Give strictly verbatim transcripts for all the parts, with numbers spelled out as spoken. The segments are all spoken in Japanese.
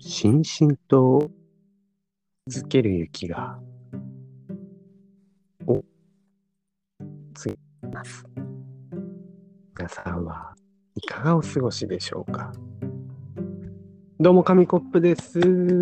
しんしんと続ける雪がをついます。皆さんはいかがお過ごしでしょうか。どうも紙コップです。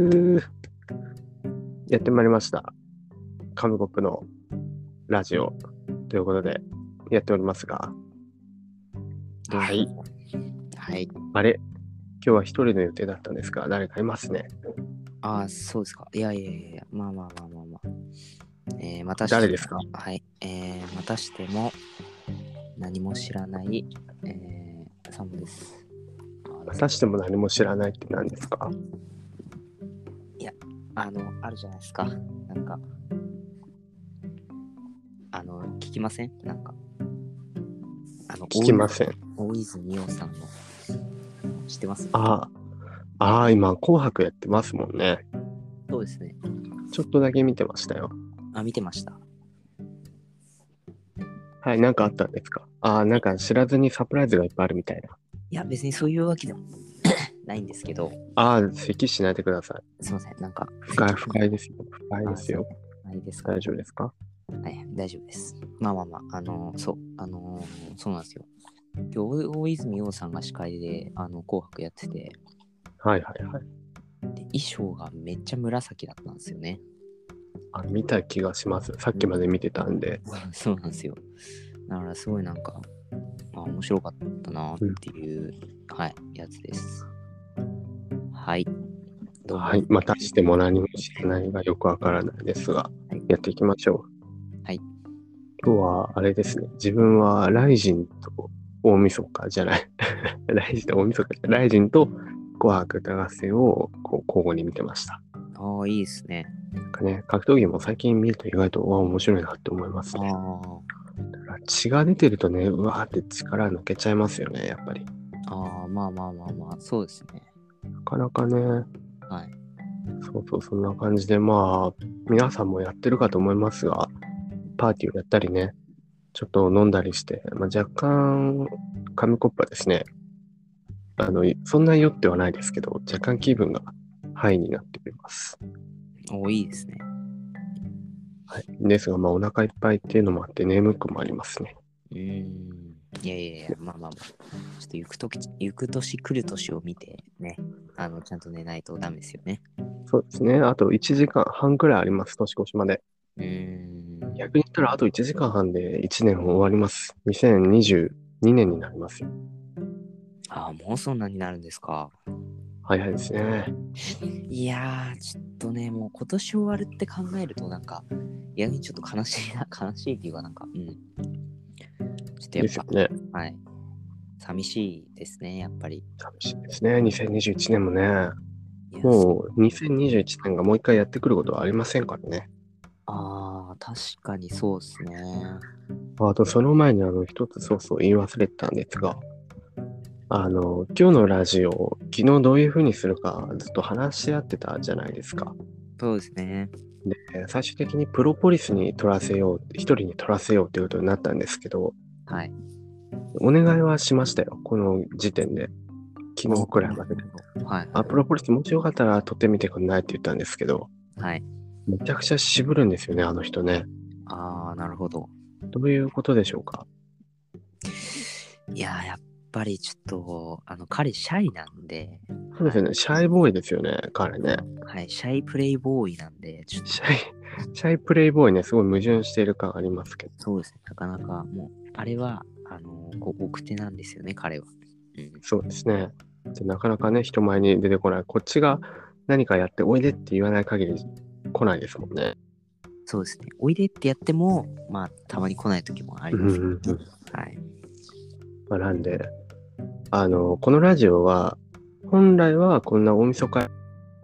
やってまいりました。紙コップのラジオということでやっておりますが、 どうもはいはい。 あれ今日は一人の予定だったんですが、誰かいますね。 ああ、そうですか。いやいやいや、まあまあまあまあまあ。えー、またし誰ですか。 はい。えー、またしても何も知らない、えー、サムです。 またしても何も知らないって何ですか。 いや、あの、あるじゃないですか。なんか、あの、聞きませんなんか、あの、 聞きません。 大泉洋さんの、知ってますああ、ああ、今紅白やってますもんね。 そうですね。 ちょっとだけ見てましたよ。 あ、見てました。 はい、なんかあったんですか。ああ、なんか知らずにサプライズがいっぱいあるみたいな。 いや、別にそういうわけでもないんですけど、 ああ、咳しないでください。 すいません。なんか、 深い、深いですよ。深いですよ。 ないですか大丈夫ですか。 はい、大丈夫です。まあまあまあ、あのー、そう、あのー、そうなんですよ。今日、大泉洋さんが司会で、あの、紅白やってて、 はいはいはい。 で、衣装がめっちゃ紫だったんですよね。 あ、見た気がします。さっきまで見てたんで。 そうなんですよ。だからすごいなんか、あ、面白かったなっていう、うん、はい、やつです。はい。どうも。 はい、またしても何も知らないがよくわからないですが、はい、やっていきましょう。 はい。 今日はあれですね。自分はライジンと大晦日じゃない。ライジンと大晦日じゃない。ライジンと紅白歌合戦をこう交互に見てました。 ああ、いいですね。 なんかね、格闘技も最近見ると意外とわ面白いなって思いますね。 あだから血が出てるとね、うわーって力抜けちゃいますよね、やっぱり。 ああ、まあまあまあまあ、そうですね。 なかなかね、 はい。 そうそう、そんな感じで、まあ、皆さんもやってるかと思いますが、パーティーをやったりね、ちょっと飲んだりして、まあ、若干、紙コップはですね、あの、そんな酔ってはないですけど、若干気分がハイになっております。 お、いいですね。 はい。ですが、まあ、お腹いっぱいっていうのもあって、眠くもありますね。 うーん。いやいやいや、まあまあまあ。ちょっと行くとき、行く年来る年を見てね、あの、ちゃんと寝ないとダメですよね。 そうですね。あといちじかんはんくらいあります、年越しまで。 うーん。 逆に言ったら、あといちじかんはんでいちねん終わります。にせんにじゅうにねんになりますよ。 ああ、もうそんなになるんですか。 早いですね。 いやー、ちょっとね、もう今年終わるって考えると、なんか、逆にちょっと悲しいな、悲しいっていうか、なんか、うん。ちょっとやっぱ、 ね、 はい。寂しいですね、やっぱり。 寂しいですね。にせんにじゅういちねんもね。もうにせんにじゅういちねんがもう一回やってくることはありませんからね。 ああ、確かにそうですね。 あと、その前にあの、一つそうそう言い忘れてたんですが、あの、今日のラジオ、昨日どういう風にするかずっと話し合ってたじゃないですか。 そうですね。 で、最終的にプロポリスに取らせよう、一人に取らせようということになったんですけど、 はい。 お願いはしましたよ、この時点で。昨日くらいまでで。 はい、 あ、プロポリスもしよかったら取ってみてくんないって言ったんですけど、 はい。 めちゃくちゃ渋るんですよね、あの人ね。 ああ、なるほど。 どういうことでしょうか。 いやー、やっぱりちょっと、あの、彼、シャイなんで。 そうですよね、はい、シャイボーイですよね、彼ね。 はい、シャイプレイボーイなんで、ちょっと。 シャイ、シャイプレイボーイね、すごい矛盾している感ありますけど。 そうですね、なかなか、もう、あれは、あのー、こう奥手なんですよね、彼は。 うん、そうですね。でなかなかね、人前に出てこない。こっちが何かやっておいでって言わない限り来ないですもんね。 そうですね。おいでってやっても、まあ、たまに来ない時もありますけど、うんうんうん、はい。 まあ、なんで、あの、このラジオは、本来はこんな大晦日、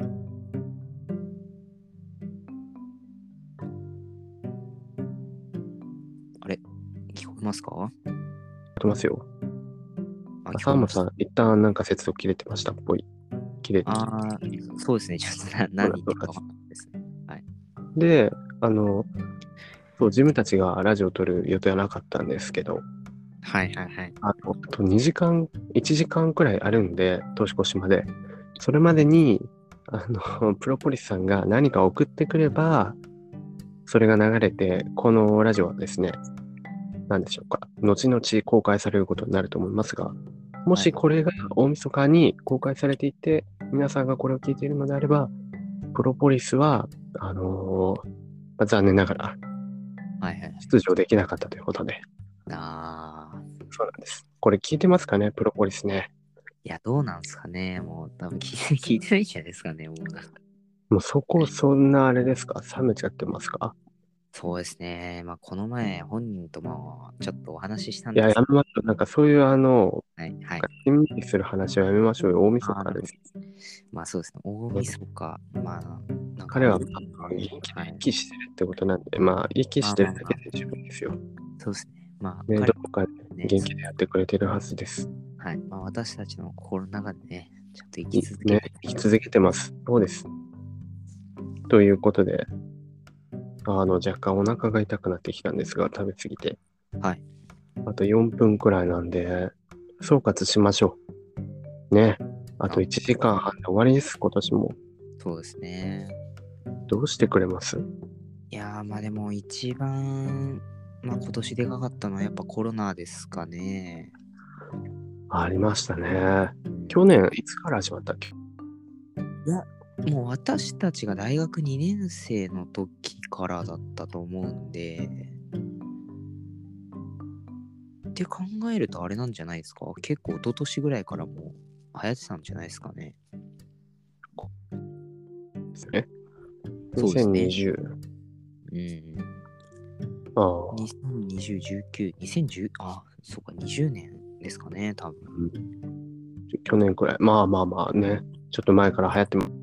あれ聞こえますか？聞こえますよ。 あ、 サーモンさん、一旦なんか接続切れてましたっぽい。切れて。 ああ、そうですね。ちょっとな何言ってるか分かんないですね。はい。 で、あの、そう、自分たちがラジオを撮る予定はなかったんですけど、 はいはいはい。 あと、あとにじかん、いちじかんくらいあるんで、年越しまで。それまでに、 あの、プロポリスさんが何か送ってくれば、それが流れて、このラジオはですね、何でしょうか、後々公開されることになると思いますが、もはい。 しこれが大晦日に公開されていて、皆さんがこれを聞いているのであれば、プロポリスは、あのーまあ、残念ながらはいはい。 出場できなかったということで、 ああ。 そうなんです。これ聞いてますかね、プロポリスね。 いや、どうなんすかね。もう多分聞いて、聞いてないんじゃないですかね。もうなんか。 もうそこ、そんなあれですか、冷めちゃってますか？ そうですね。まあ、この前、本人ともちょっとお話ししたんいや、 です。 やめましょう。なんかそういうあの、 はい。はい。 しんみりする話はやめましょうよ。大晦ああ、なるほど。 日です。 まあそうですね。大晦日。まあ、なんか彼は、 あるんまあ、 で、 元気はい。 息してるってことなんで、まあ、息してるだまあまあまあ、 けで十分ですよ。 そうですね。まあ、 ね、 彼どこかでね、 元気でやってくれてるはずです。 はい。まあ、私たちの心の中でね、ちょっと生きいね、 続けて、 生き続けてます。そうです。ということで、あの、若干お腹が痛くなってきたんですが、食べ過ぎて。 はい。 あとよんぷんくらいなんで、総括しましょう。ね。あとあいちじかんはんで終わりです、今年も。 そうですね。 どうしてくれます？ いやー、まあでも一番、まあ今年でかかったのはやっぱコロナですかね。 ありましたね。 うん去年、いつから始まったっけ？ いや、もう私たちが大学にねん生の時からだったと思うんで、って考えるとあれなんじゃないですか。結構一昨年ぐらいからもう流行ってたんじゃないですかね。 ですね。 そうですね。 にせんにじゅう。 うん。 ああ、 にせんにじゅう、じゅうきゅう、にせんじゅう、あ、そうか、にじゅうねんですかね、多分。 うん、去年くらい。まあまあまあね。ちょっと前から流行っても、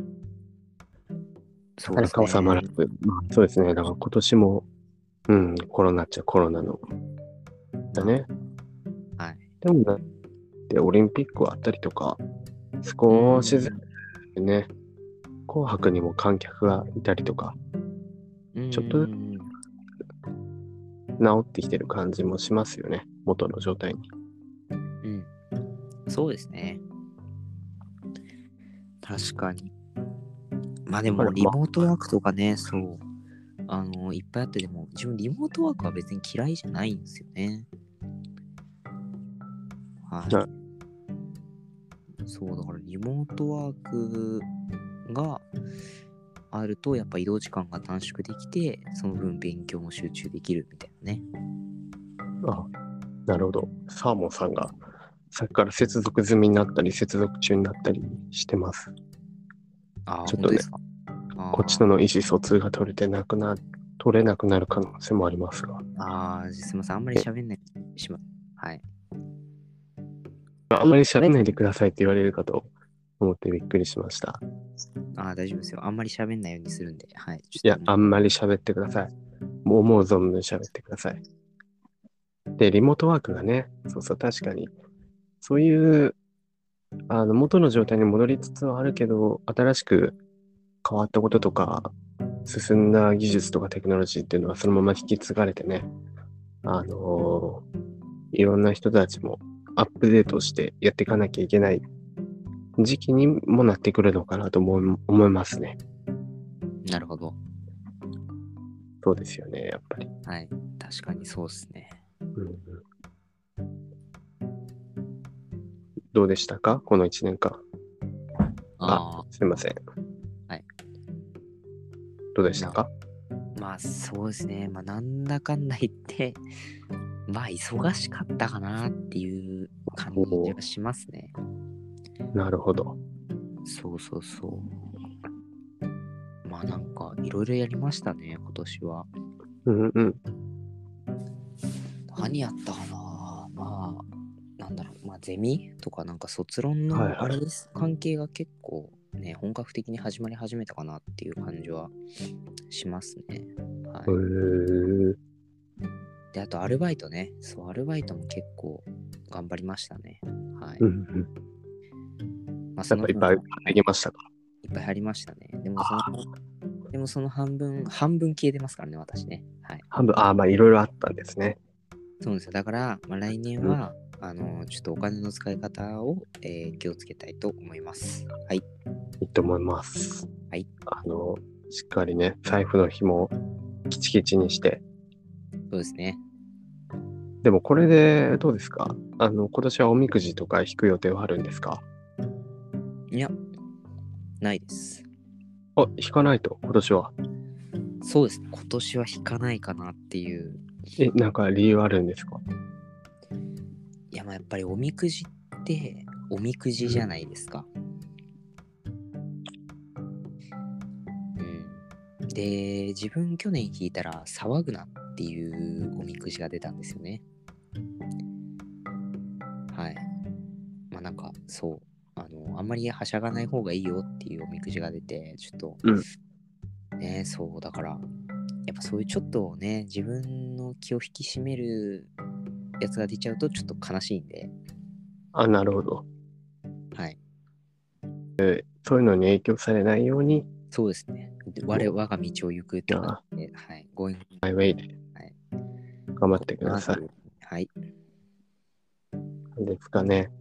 なそうかなか収まですね。 らず。まあそうですね。だから今年も、うん、コロナっちゃコロナの。だね。 まあ、はい。 でもだってオリンピックはあったりとか、少しずつね、紅白にも観客がいたりとか、 うん。 ちょっとずつうん治ってきてる感じもしますよね。元の状態に。 うん。そうですね。確かに。まあでも、リあれまあ、 モートワークとかね、そう。あの、いっぱいあってでも、自分リモートワークは別に嫌いじゃないんですよね。は。 ないそう、だからリモートワークがあると、やっぱ移動時間が短縮できて、その分勉強も集中できるみたいなね。 あ、なるほど。サーモンさんがさっきから接続済みになったり、接続中になったりしてます。 ああ、 ちょっとね、 本当ですか。 こっちとの意思疎通が取れてなくな、取れなくなる可能性もありますが。 ああ、すみません。あんまり喋んないしまう。はい。 あんまり喋んないでくださいって言われるかと思ってびっくりしました。 ああ、大丈夫ですよ。あんまり喋んないようにするんで。はい。ちいや、 ょっとあんまり喋ってください。もう思う存分喋ってください。で、リモートワークがね、そうそう、確かに、そういう、あの、元の状態に戻りつつはあるけど、新しく変わったこととか、進んだ技術とかテクノロジーっていうのはそのまま引き継がれてね、あのーいろんな人たちもアップデートしてやっていかなきゃいけない時期にもなってくるのかなと思い、思いますね。 なるほど。 そうですよね、やっぱり。 はい。確かにそうですね。 うんうん、どうでしたかこのいちねんかん。あ、 あすいません。 はい。 どうでしたか？ まあそうですね。まあなんだかんだ言って、まあ忙しかったかなっていう感じがしますね。 なるほど。 そうそうそう。まあなんかいろいろやりましたね、今年は。 うんうん。 何やったかな。まあ、なんだろう。まあゼミとかなんか卒論はいはい。 のあれです。関係が結構ね、本格的に始まり始めたかなっていう感じはしますね。はへい。 ー。 で、あとアルバイトね。そう、アルバイトも結構頑張りましたね。はい。 うんうん。 まあ、その分やっぱいっぱいできましたか？ いっぱい入りましたね。でもその、でもその半分、半分消えてますからね、私ね。はい。 半分、ああ、まあいろいろあったんですね。 そうですよ。だから、まあ、来年は、うん、あの、ちょっとお金の使い方を、えー、気をつけたいと思います。はい。 いいと思います。 はい。 あの、しっかりね、財布の紐キチキチにして。 そうですね。 でもこれでどうですか？あの、今年はおみくじとか引く予定はあるんですか？ いや、ないです。 あ、引かないと、今年は。 そうですね。今年は引かないかなっていう。 え、なんか理由あるんですか？ いや、まあやっぱりおみくじって、おみくじじゃないですか。うん。で、自分去年引いたら、騒ぐなっていうおみくじが出たんですよね。はい。まあなんか、そう。あの、あんまりはしゃがない方がいいよっていうおみくじが出て、ちょっと、 うん。 ね、そう、だから、やっぱそういうちょっとね、自分の気を引き締めるやつが出ちゃうとちょっと悲しいんで。 あ、なるほど。 はい。 そういうのに影響されないように、 そうですね。我我が道を行くって感じで、はい。ご縁マイウェイで頑張ってください。 はい。 なんですかね。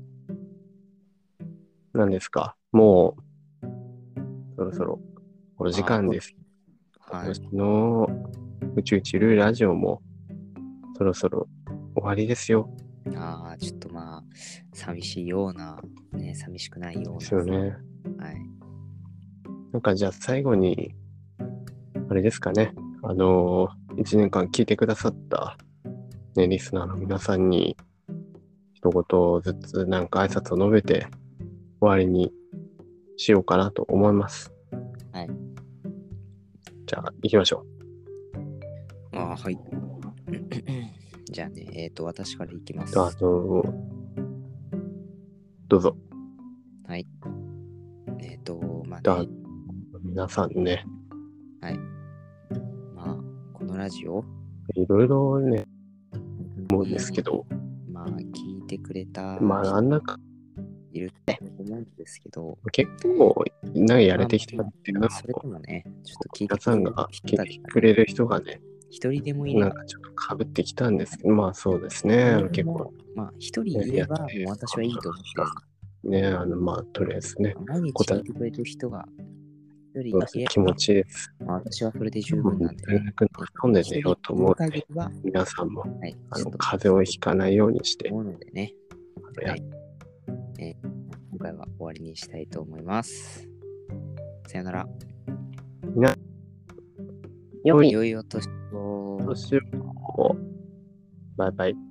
何ですか。もう、そろそろお時間です。 はい。 今年の宇宙一流ラジオもそろそろ終わりですよ。 ああ、ちょっとまあ、寂しいような、ね、寂しくないような。 ですよね。 はい。 なんかじゃあ最後に、あれですかね。あのー、いちねんかん聞いてくださった、ね、リスナーの皆さんに、一言ずつなんか挨拶を述べて終わりにしようかなと思います。 はい。 じゃあ行きましょう。ああ、はい。じゃあね、えっ、ー、と、私からいきます。 あのー、どうぞ。 はい。えっ、ー、と、まあね。 皆さんね。 はい。まあ、このラジオいろいろね、思うんですけど。 まあ、聞いてくれたまあ、あんなか。 いると思うんですけど。 結構、なんかやれてきたっていうのも、 まあ、それでもね、ちょっと聞いて皆さんが聞いてくれる人がね、 一人でもいれば。 なんかちょっとかぶってきたんですけど、まあそうですね。結構。 まあ、一人いれば、もう私はいいと思ってる。ね、あの、まあ、とりあえずね。 毎日聞いてくれてる人が一人いれば、 気持ちいいです。 まあ、私はそれで十分なんで、ね。 飲んで寝ようと思うので、皆さんも、 はい、 あの風邪をひかないようにして。 思うのでね。はい。えー、今回は終わりにしたいと思います。さよなら。 みな、 よいお年を。 年を。バイバイ。